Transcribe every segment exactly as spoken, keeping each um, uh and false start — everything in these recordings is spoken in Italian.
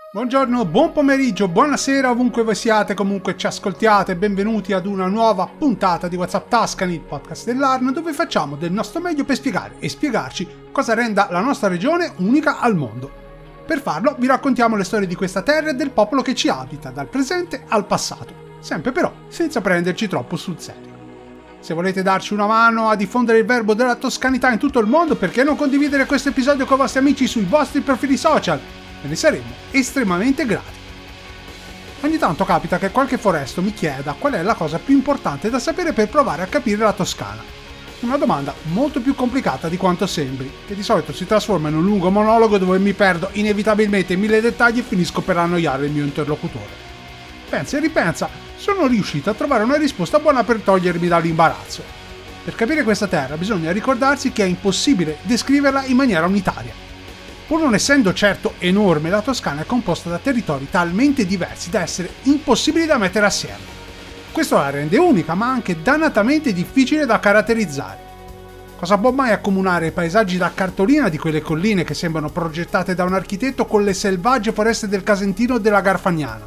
Buongiorno, buon pomeriggio, buonasera ovunque voi siate, comunque ci ascoltiate, benvenuti ad una nuova puntata di WhatsApp Tuscany, il podcast dell'A R N, dove facciamo del nostro meglio per spiegare e spiegarci cosa renda la nostra regione unica al mondo. Per farlo vi raccontiamo le storie di questa terra e del popolo che ci abita, dal presente al passato, sempre però senza prenderci troppo sul serio. Se volete darci una mano a diffondere il verbo della toscanità in tutto il mondo, perché non condividere questo episodio con i vostri amici sui vostri profili social? E ne saremo estremamente grati. Ogni tanto capita che qualche foresto mi chieda qual è la cosa più importante da sapere per provare a capire la Toscana. Una domanda molto più complicata di quanto sembri, che di solito si trasforma in un lungo monologo dove mi perdo inevitabilmente in mille dettagli e finisco per annoiare il mio interlocutore. Pensa e ripensa, sono riuscito a trovare una risposta buona per togliermi dall'imbarazzo. Per capire questa terra bisogna ricordarsi che è impossibile descriverla in maniera unitaria. Pur non essendo certo enorme, la Toscana è composta da territori talmente diversi da essere impossibili da mettere assieme. Questo la rende unica, ma anche dannatamente difficile da caratterizzare. Cosa può mai accomunare i paesaggi da cartolina di quelle colline che sembrano progettate da un architetto con le selvagge foreste del Casentino o della Garfagnana?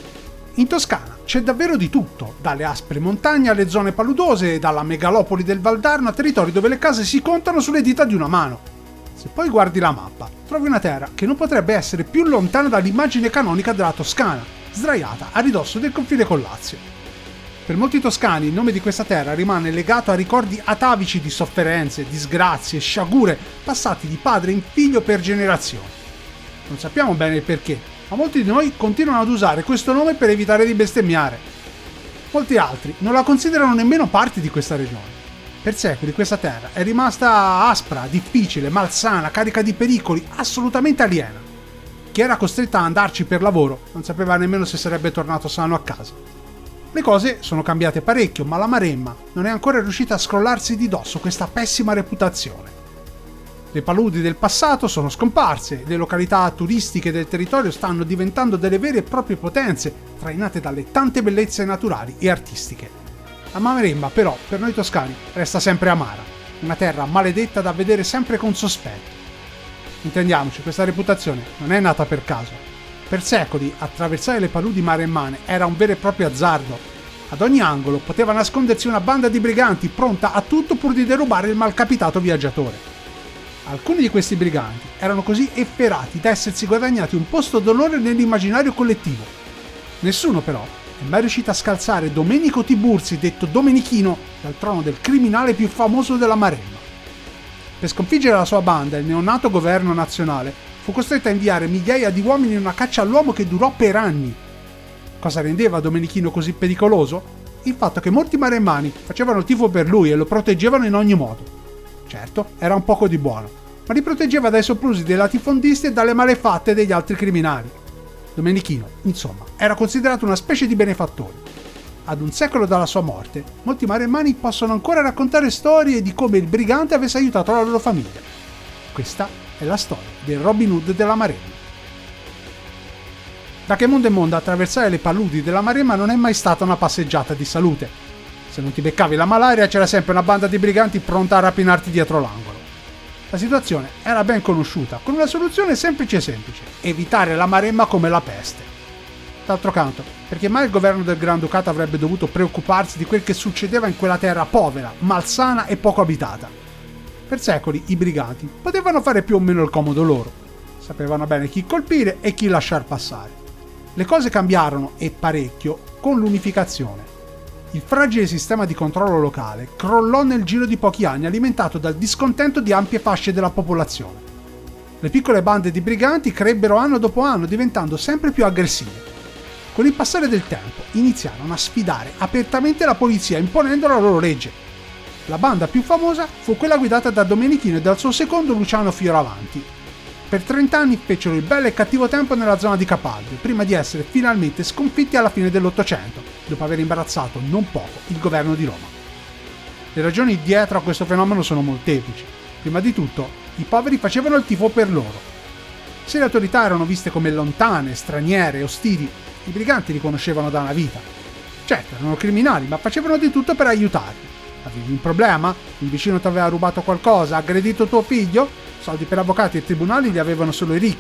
In Toscana c'è davvero di tutto, dalle aspre montagne alle zone paludose, dalla megalopoli del Valdarno a territori dove le case si contano sulle dita di una mano. Se poi guardi la mappa, trovi una terra che non potrebbe essere più lontana dall'immagine canonica della Toscana, sdraiata a ridosso del confine con Lazio. Per molti toscani il nome di questa terra rimane legato a ricordi atavici di sofferenze, disgrazie, sciagure passati di padre in figlio per generazioni. Non sappiamo bene il perché, ma molti di noi continuano ad usare questo nome per evitare di bestemmiare. Molti altri non la considerano nemmeno parte di questa regione. Per secoli questa terra è rimasta aspra, difficile, malsana, carica di pericoli, assolutamente aliena. Chi era costretto a andarci per lavoro non sapeva nemmeno se sarebbe tornato sano a casa. Le cose sono cambiate parecchio, ma la Maremma non è ancora riuscita a scrollarsi di dosso questa pessima reputazione. Le paludi del passato sono scomparse, le località turistiche del territorio stanno diventando delle vere e proprie potenze, trainate dalle tante bellezze naturali e artistiche. La Maremma, però, per noi toscani, resta sempre amara, una terra maledetta da vedere sempre con sospetto. Intendiamoci, questa reputazione non è nata per caso. Per secoli, attraversare le paludi maremmane era un vero e proprio azzardo. Ad ogni angolo poteva nascondersi una banda di briganti pronta a tutto pur di derubare il malcapitato viaggiatore. Alcuni di questi briganti erano così efferati da essersi guadagnati un posto d'onore nell'immaginario collettivo. Nessuno, però, è mai riuscito a scalzare Domenico Tiburzi, detto Domenichino, dal trono del criminale più famoso della Maremma. Per sconfiggere la sua banda, il neonato governo nazionale fu costretto a inviare migliaia di uomini in una caccia all'uomo che durò per anni. Cosa rendeva Domenichino così pericoloso? Il fatto che molti maremmani facevano il tifo per lui e lo proteggevano in ogni modo. Certo, era un poco di buono, ma li proteggeva dai soprusi dei latifondisti e dalle malefatte degli altri criminali. Domenichino, insomma, era considerato una specie di benefattore. Ad un secolo dalla sua morte, molti maremmani possono ancora raccontare storie di come il brigante avesse aiutato la loro famiglia. Questa è la storia del Robin Hood della Maremma. Da che mondo è mondo, attraversare le paludi della Maremma non è mai stata una passeggiata di salute. Se non ti beccavi la malaria, c'era sempre una banda di briganti pronta a rapinarti dietro l'angolo. La situazione era ben conosciuta, con una soluzione semplice semplice: evitare la Maremma come la peste. D'altro canto, perché mai il governo del Granducato avrebbe dovuto preoccuparsi di quel che succedeva in quella terra povera, malsana e poco abitata? Per secoli i briganti potevano fare più o meno il comodo loro. Sapevano bene chi colpire e chi lasciar passare. Le cose cambiarono, e parecchio, con l'unificazione. Il fragile sistema di controllo locale crollò nel giro di pochi anni, alimentato dal discontento di ampie fasce della popolazione. Le piccole bande di briganti crebbero anno dopo anno, diventando sempre più aggressive. Con il passare del tempo iniziarono a sfidare apertamente la polizia, imponendo la loro legge. La banda più famosa fu quella guidata da Domenichino e dal suo secondo Luciano Fioravanti. Per trent'anni fecero il bello e cattivo tempo nella zona di Capalbio, prima di essere finalmente sconfitti alla fine dell'Ottocento, dopo aver imbarazzato non poco il governo di Roma. Le ragioni dietro a questo fenomeno sono molteplici. Prima di tutto, i poveri facevano il tifo per loro. Se le autorità erano viste come lontane, straniere, ostili, i briganti li conoscevano da una vita. Certo, erano criminali, ma facevano di tutto per aiutarli. Avevi un problema? Il vicino ti aveva rubato qualcosa? Ha aggredito tuo figlio? Soldi per avvocati e tribunali li avevano solo i ricchi.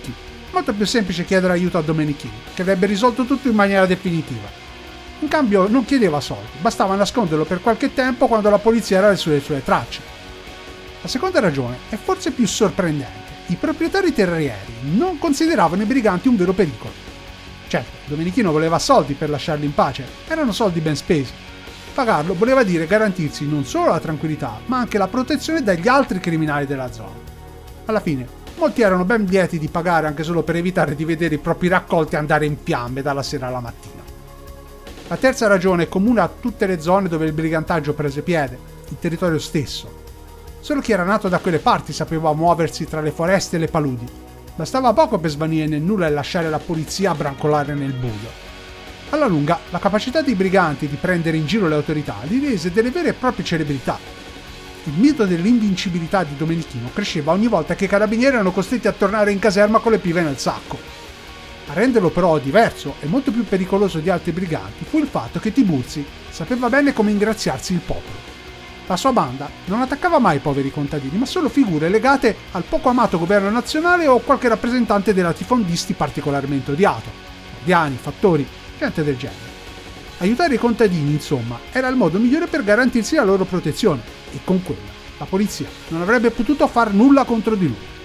Molto più semplice chiedere aiuto a Domenichino, che avrebbe risolto tutto in maniera definitiva. In cambio non chiedeva soldi, bastava nasconderlo per qualche tempo quando la polizia era sulle sue tracce. La seconda ragione è forse più sorprendente. I proprietari terrieri non consideravano i briganti un vero pericolo. Certo, Domenichino voleva soldi per lasciarli in pace, erano soldi ben spesi. Pagarlo voleva dire garantirsi non solo la tranquillità, ma anche la protezione dagli altri criminali della zona. Alla fine, molti erano ben lieti di pagare anche solo per evitare di vedere i propri raccolti andare in fiamme dalla sera alla mattina. La terza ragione è comune a tutte le zone dove il brigantaggio prese piede, il territorio stesso. Solo chi era nato da quelle parti sapeva muoversi tra le foreste e le paludi. Bastava poco per svanire nel nulla e lasciare la polizia a brancolare nel buio. Alla lunga, la capacità dei briganti di prendere in giro le autorità li rese delle vere e proprie celebrità. Il mito dell'invincibilità di Domenichino cresceva ogni volta che i carabinieri erano costretti a tornare in caserma con le pive nel sacco. A renderlo però diverso e molto più pericoloso di altri briganti fu il fatto che Tiburzi sapeva bene come ingraziarsi il popolo. La sua banda non attaccava mai i poveri contadini, ma solo figure legate al poco amato governo nazionale o qualche rappresentante dei latifondisti particolarmente odiato, guardiani, fattori, gente del genere. Aiutare i contadini, insomma, era il modo migliore per garantirsi la loro protezione, e con quella la polizia non avrebbe potuto far nulla contro di lui.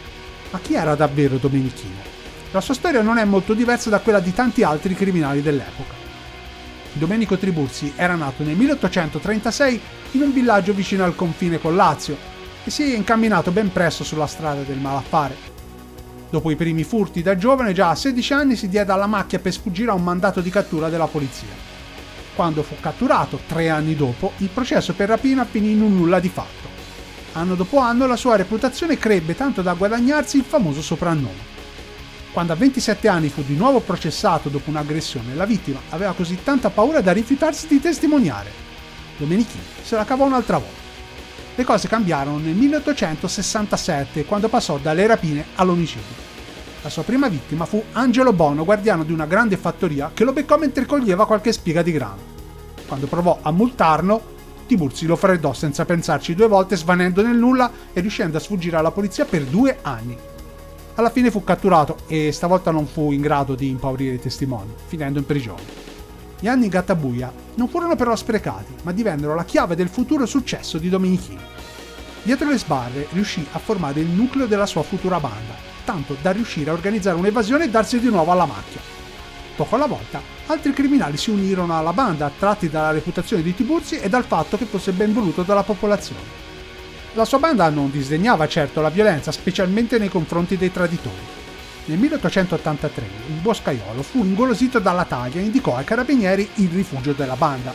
Ma chi era davvero Domenichino? La sua storia non è molto diversa da quella di tanti altri criminali dell'epoca. Domenico Tiburzi era nato nel milleottocentotrentasei in un villaggio vicino al confine col Lazio e si è incamminato ben presto sulla strada del malaffare. Dopo i primi furti da giovane, già a sedici anni si diede alla macchia per sfuggire a un mandato di cattura della polizia. Quando fu catturato, tre anni dopo, il processo per rapina finì in un nulla di fatto. Anno dopo anno la sua reputazione crebbe tanto da guadagnarsi il famoso soprannome. Quando a ventisette anni fu di nuovo processato dopo un'aggressione, la vittima aveva così tanta paura da rifiutarsi di testimoniare. Domenichino se la cavò un'altra volta. Le cose cambiarono nel milleottocentosessantasette, quando passò dalle rapine all'omicidio. La sua prima vittima fu Angelo Bono, guardiano di una grande fattoria che lo beccò mentre coglieva qualche spiga di grano. Quando provò a multarlo, Tiburzi lo freddò senza pensarci due volte, svanendo nel nulla e riuscendo a sfuggire alla polizia per due anni. Alla fine fu catturato e stavolta non fu in grado di impaurire i testimoni, finendo in prigione. Gli anni in gattabuia non furono però sprecati, ma divennero la chiave del futuro successo di Domenichino. Dietro le sbarre riuscì a formare il nucleo della sua futura banda, tanto da riuscire a organizzare un'evasione e darsi di nuovo alla macchia. Poco alla volta, altri criminali si unirono alla banda, attratti dalla reputazione di Tiburzi e dal fatto che fosse ben voluto dalla popolazione. La sua banda non disdegnava certo la violenza, specialmente nei confronti dei traditori. Nel milleottocentottantatré il boscaiolo fu ingolosito dalla taglia e indicò ai carabinieri il rifugio della banda.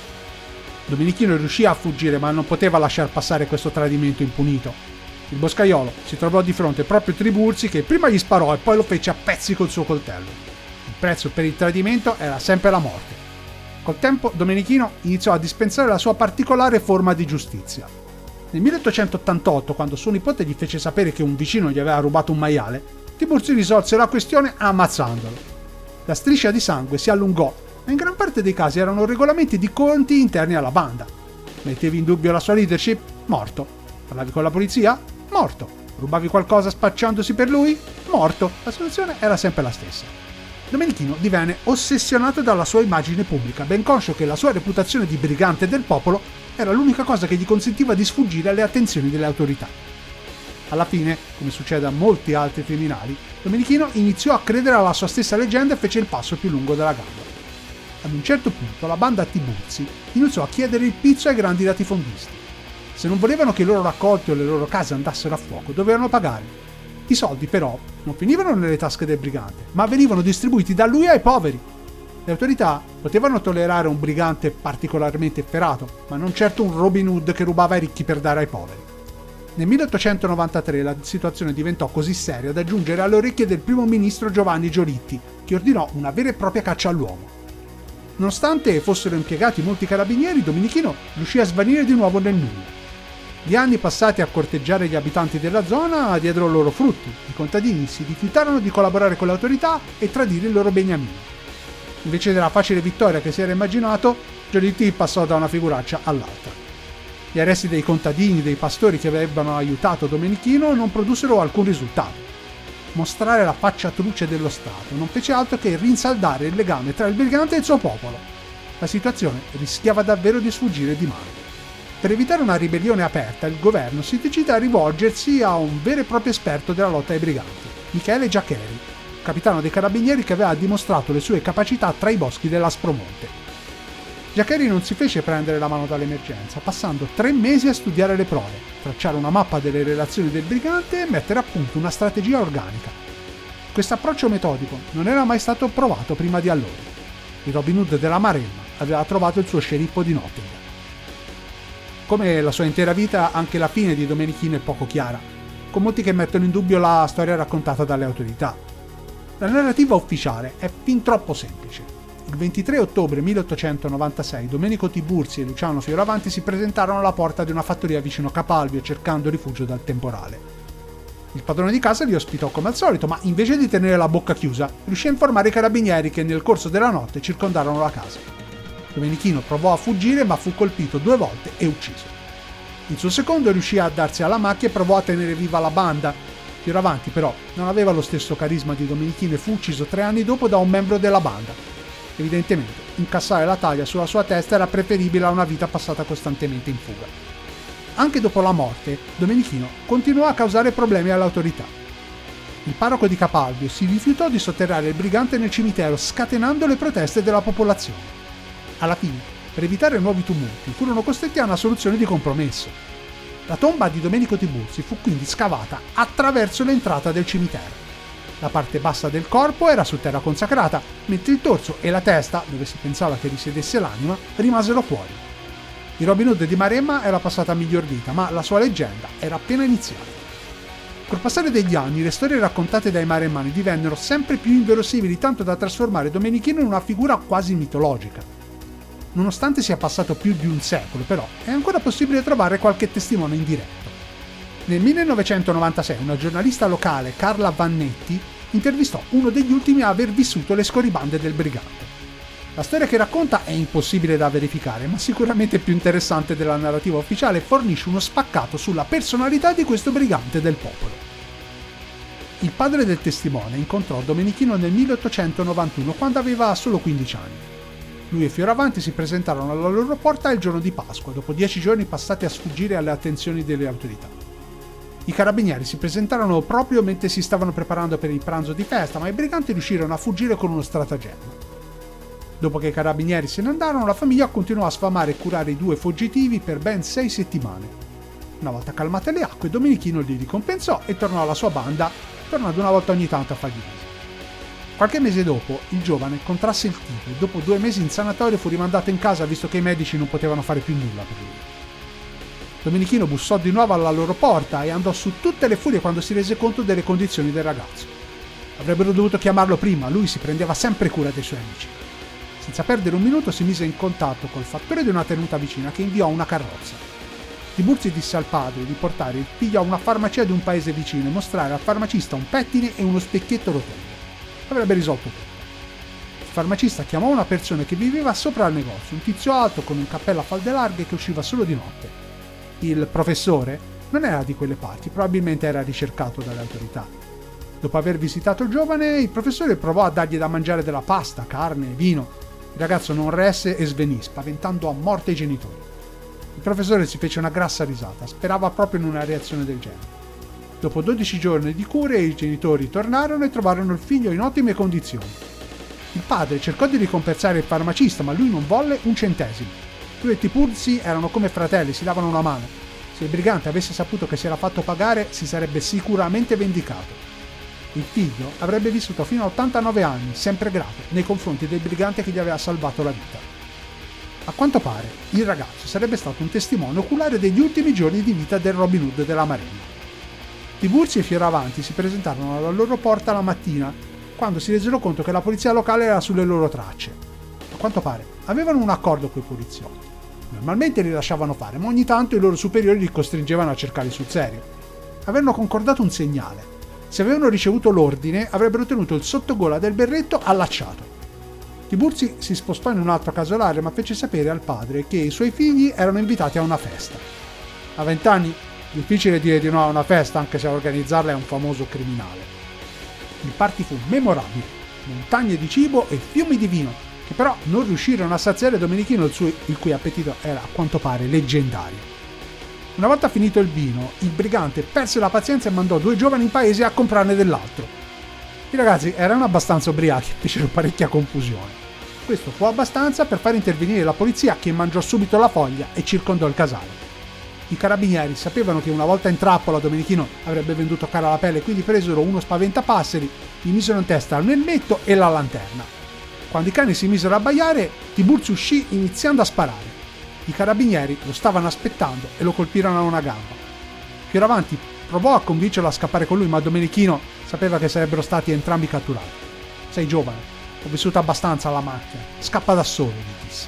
Domenichino riuscì a fuggire, ma non poteva lasciar passare questo tradimento impunito. Il boscaiolo si trovò di fronte proprio a Tiburzi, che prima gli sparò e poi lo fece a pezzi col suo coltello. Il prezzo per il tradimento era sempre la morte. Col tempo Domenichino iniziò a dispensare la sua particolare forma di giustizia. Nel milleottocentottantotto, quando suo nipote gli fece sapere che un vicino gli aveva rubato un maiale, Tiburzi risolse la questione ammazzandolo. La striscia di sangue si allungò, ma in gran parte dei casi erano regolamenti di conti interni alla banda. Mettevi in dubbio la sua leadership? Morto. Parlavi con la polizia? Morto. Rubavi qualcosa spacciandosi per lui? Morto. La soluzione era sempre la stessa. Domenichino divenne ossessionato dalla sua immagine pubblica, ben conscio che la sua reputazione di brigante del popolo era l'unica cosa che gli consentiva di sfuggire alle attenzioni delle autorità. Alla fine, come succede a molti altri criminali, Domenichino iniziò a credere alla sua stessa leggenda e fece il passo più lungo della gamba. Ad un certo punto la banda Tiburzi iniziò a chiedere il pizzo ai grandi latifondisti. Se non volevano che i loro raccolti o le loro case andassero a fuoco, dovevano pagare. I soldi però non finivano nelle tasche del brigante, ma venivano distribuiti da lui ai poveri. Le autorità potevano tollerare un brigante particolarmente efferato, ma non certo un Robin Hood che rubava ai ricchi per dare ai poveri. Nel milleottocentonovantatré la situazione diventò così seria da giungere alle orecchie del primo ministro Giovanni Giolitti, che ordinò una vera e propria caccia all'uomo. Nonostante fossero impiegati molti carabinieri, Domenichino riuscì a svanire di nuovo nel nulla. Gli anni passati a corteggiare gli abitanti della zona diedero loro frutti. I contadini si rifiutarono di collaborare con le autorità e tradire il loro beniamino. Invece della facile vittoria che si era immaginato, Giolitti passò da una figuraccia all'altra. Gli arresti dei contadini e dei pastori che avevano aiutato Domenichino non produssero alcun risultato. mostrare la faccia truce dello Stato, non fece altro che rinsaldare il legame tra il brigante e il suo popolo. La situazione rischiava davvero di sfuggire di mano. Per evitare una ribellione aperta, il governo si decide a rivolgersi a un vero e proprio esperto della lotta ai briganti, Michele Giacheri, capitano dei carabinieri che aveva dimostrato le sue capacità tra i boschi dell'Aspromonte. Giacheri non si fece prendere la mano dall'emergenza, passando tre mesi a studiare le prove, tracciare una mappa delle relazioni del brigante e mettere a punto una strategia organica. Questo approccio metodico non era mai stato provato prima di allora. Il Robin Hood della Maremma aveva trovato il suo sceriffo di Nottingham. Come la sua intera vita, anche la fine di Domenichino è poco chiara, con molti che mettono in dubbio la storia raccontata dalle autorità. La narrativa ufficiale è fin troppo semplice. Il ventitré ottobre milleottocentonovantasei Domenico Tiburzi e Luciano Fioravanti si presentarono alla porta di una fattoria vicino Capalbio cercando rifugio dal temporale. Il padrone di casa li ospitò come al solito, ma invece di tenere la bocca chiusa, riuscì a informare i carabinieri che nel corso della notte circondarono la casa. Domenichino provò a fuggire ma fu colpito due volte e ucciso. Il suo secondo riuscì a darsi alla macchia e provò a tenere viva la banda. Fioravanti però non aveva lo stesso carisma di Domenichino e fu ucciso tre anni dopo da un membro della banda. Evidentemente, incassare la taglia sulla sua testa era preferibile a una vita passata costantemente in fuga. Anche dopo la morte, Domenichino continuò a causare problemi alle autorità. Il parroco di Capalbio si rifiutò di sotterrare il brigante nel cimitero, scatenando le proteste della popolazione. Alla fine, per evitare nuovi tumulti, furono costretti a una soluzione di compromesso. La tomba di Domenico Tiburzi fu quindi scavata attraverso l'entrata del cimitero. La parte bassa del corpo era su terra consacrata, mentre il torso e la testa, dove si pensava che risiedesse l'anima, rimasero fuori. Il Robin Hood di Maremma era passata a miglior vita, ma la sua leggenda era appena iniziata. Col passare degli anni, le storie raccontate dai maremmani divennero sempre più inverosimili, tanto da trasformare Domenichino in una figura quasi mitologica. Nonostante sia passato più di un secolo, però, è ancora possibile trovare qualche testimone in diretto. Nel millenovecentonovantasei una giornalista locale, Carla Vannetti, intervistò uno degli ultimi a aver vissuto le scorribande del brigante. La storia che racconta è impossibile da verificare, ma sicuramente più interessante della narrativa ufficiale e fornisce uno spaccato sulla personalità di questo brigante del popolo. Il padre del testimone incontrò Domenichino nel milleottocentonovantuno, quando aveva solo quindici anni. Lui e Fioravanti si presentarono alla loro porta il giorno di Pasqua, dopo dieci giorni passati a sfuggire alle attenzioni delle autorità. I carabinieri si presentarono proprio mentre si stavano preparando per il pranzo di festa, ma i briganti riuscirono a fuggire con uno stratagemma. Dopo che i carabinieri se ne andarono, la famiglia continuò a sfamare e curare i due fuggitivi per ben sei settimane. Una volta calmate le acque, Domenichino li ricompensò e tornò alla sua banda, tornando una volta ogni tanto a fargli visita. Qualche mese dopo, il giovane contrasse il tifo e dopo due mesi in sanatorio fu rimandato in casa visto che i medici non potevano fare più nulla per lui. Domenichino bussò di nuovo alla loro porta e andò su tutte le furie quando si rese conto delle condizioni del ragazzo. Avrebbero dovuto chiamarlo prima, lui si prendeva sempre cura dei suoi amici. Senza perdere un minuto si mise in contatto col fattore di una tenuta vicina che inviò una carrozza. Tiburzi disse al padre di portare il figlio a una farmacia di un paese vicino e mostrare al farmacista un pettine e uno specchietto rotondo. Avrebbe risolto tutto. Il farmacista chiamò una persona che viveva sopra il negozio, un tizio alto con un cappello a falde larghe che usciva solo di notte. Il professore non era di quelle parti, probabilmente era ricercato dalle autorità. Dopo aver visitato il giovane, il professore provò a dargli da mangiare della pasta, carne e vino. Il ragazzo non resse e svenì, spaventando a morte i genitori. Il professore si fece una grassa risata, sperava proprio in una reazione del genere. Dopo dodici giorni di cure, i genitori tornarono e trovarono il figlio in ottime condizioni. Il padre cercò di ricompensare il farmacista, ma lui non volle un centesimo. Lui e Tiburzi erano come fratelli, si davano una mano. Se il brigante avesse saputo che si era fatto pagare, si sarebbe sicuramente vendicato. Il figlio avrebbe vissuto fino a ottantanove anni, sempre grato nei confronti del brigante che gli aveva salvato la vita. A quanto pare, il ragazzo sarebbe stato un testimone oculare degli ultimi giorni di vita del Robin Hood della Maremma. Tiburzi e Fioravanti si presentarono alla loro porta la mattina, quando si resero conto che la polizia locale era sulle loro tracce. A quanto pare, avevano un accordo coi poliziotti. Normalmente li lasciavano fare, ma ogni tanto i loro superiori li costringevano a cercarli sul serio. Avevano concordato un segnale. Se avevano ricevuto l'ordine, avrebbero tenuto il sottogola del berretto allacciato. Tiburzi si spostò in un altro casolare, ma fece sapere al padre che i suoi figli erano invitati a una festa. A vent'anni, difficile dire di no a una festa, anche se a organizzarla è un famoso criminale. Il party fu memorabile, montagne di cibo e fiumi di vino, che però non riuscirono a saziare Domenichino, il, suo, il cui appetito era a quanto pare leggendario. Una volta finito il vino, il brigante perse la pazienza e mandò due giovani in paese a comprarne dell'altro. I ragazzi erano abbastanza ubriachi e fecero parecchia confusione. Questo fu abbastanza per far intervenire la polizia, che mangiò subito la foglia e circondò il casale. I carabinieri sapevano che una volta in trappola Domenichino avrebbe venduto cara la pelle, quindi presero uno spaventapasseri, gli misero in testa il elmetto e la lanterna. Quando i cani si misero a abbaiare, Tiburzi uscì iniziando a sparare. I carabinieri lo stavano aspettando e lo colpirono a una gamba. Più avanti provò a convincerlo a scappare con lui, ma Domenichino sapeva che sarebbero stati entrambi catturati. «Sei giovane, ho vissuto abbastanza alla macchina, scappa da solo», gli disse.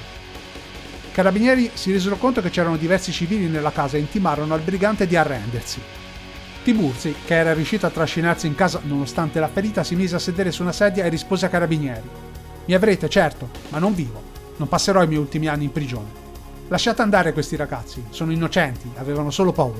I carabinieri si resero conto che c'erano diversi civili nella casa e intimarono al brigante di arrendersi. Tiburzi, che era riuscito a trascinarsi in casa nonostante la ferita, si mise a sedere su una sedia e rispose ai carabinieri: «Mi avrete, certo, ma non vivo. Non passerò i miei ultimi anni in prigione. Lasciate andare questi ragazzi, sono innocenti, avevano solo paura».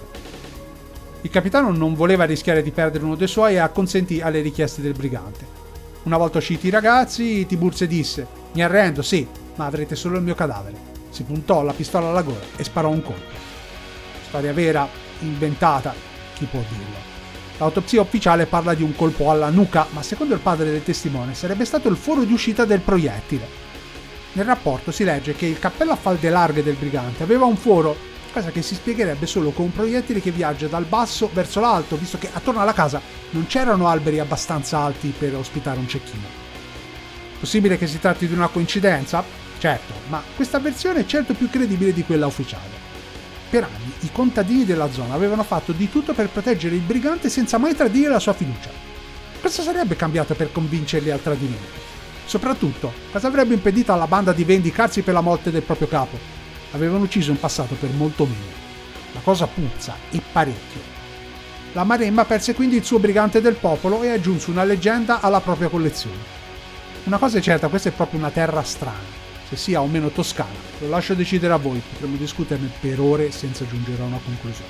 Il capitano non voleva rischiare di perdere uno dei suoi e acconsentì alle richieste del brigante. Una volta usciti i ragazzi, Tiburzi disse: «Mi arrendo, sì, ma avrete solo il mio cadavere». Si puntò la pistola alla gola e sparò un colpo. Storia vera, inventata, chi può dirlo? L'autopsia ufficiale parla di un colpo alla nuca, ma secondo il padre del testimone sarebbe stato il foro di uscita del proiettile. Nel rapporto si legge che il cappello a falde larghe del brigante aveva un foro, cosa che si spiegherebbe solo con un proiettile che viaggia dal basso verso l'alto, visto che attorno alla casa non c'erano alberi abbastanza alti per ospitare un cecchino. Possibile che si tratti di una coincidenza? Certo, ma questa versione è certo più credibile di quella ufficiale. Per anni i contadini della zona avevano fatto di tutto per proteggere il brigante senza mai tradire la sua fiducia. Cosa sarebbe cambiato per convincerli al tradimento? Soprattutto, cosa avrebbe impedito alla banda di vendicarsi per la morte del proprio capo? Avevano ucciso in passato per molto meno. La cosa puzza, e parecchio. La Maremma perse quindi il suo brigante del popolo e aggiunse una leggenda alla propria collezione. Una cosa è certa, questa è proprio una terra strana. Se sia o meno toscana, lo lascio decidere a voi, potremmo discuterne per ore senza giungere a una conclusione.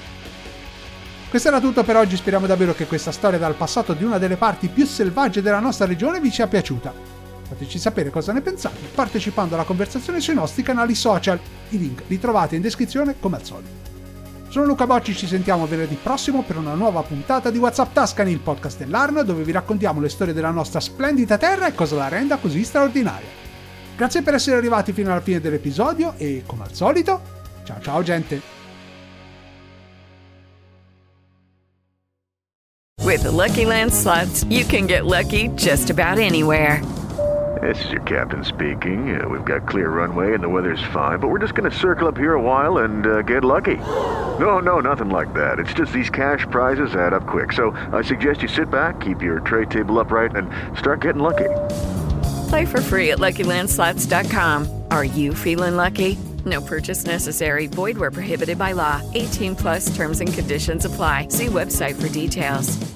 Questo era tutto per oggi, speriamo davvero che questa storia dal passato di una delle parti più selvagge della nostra regione vi sia piaciuta. Fateci sapere cosa ne pensate partecipando alla conversazione sui nostri canali social, i link li trovate in descrizione come al solito. Sono Luca Bocci, ci sentiamo venerdì prossimo per una nuova puntata di WhatsApp Tuscany, il podcast dell'Arno, dove vi raccontiamo le storie della nostra splendida terra e cosa la renda così straordinaria. Grazie per essere arrivati fino alla fine dell'episodio e, come al solito, ciao ciao gente! With the Lucky Land Slots, you can get lucky just about anywhere. This is your captain speaking. Uh, we've got clear runway and the weather's fine, but we're just going to circle up here a while and uh, get lucky. No, no, nothing like that. It's just these cash prizes add up quick. So I suggest you sit back, keep your tray table upright, and start getting lucky. Play for free at Lucky Land Slots dot com. Are you feeling lucky? No purchase necessary. Void where prohibited by law. eighteen plus terms and conditions apply. See website for details.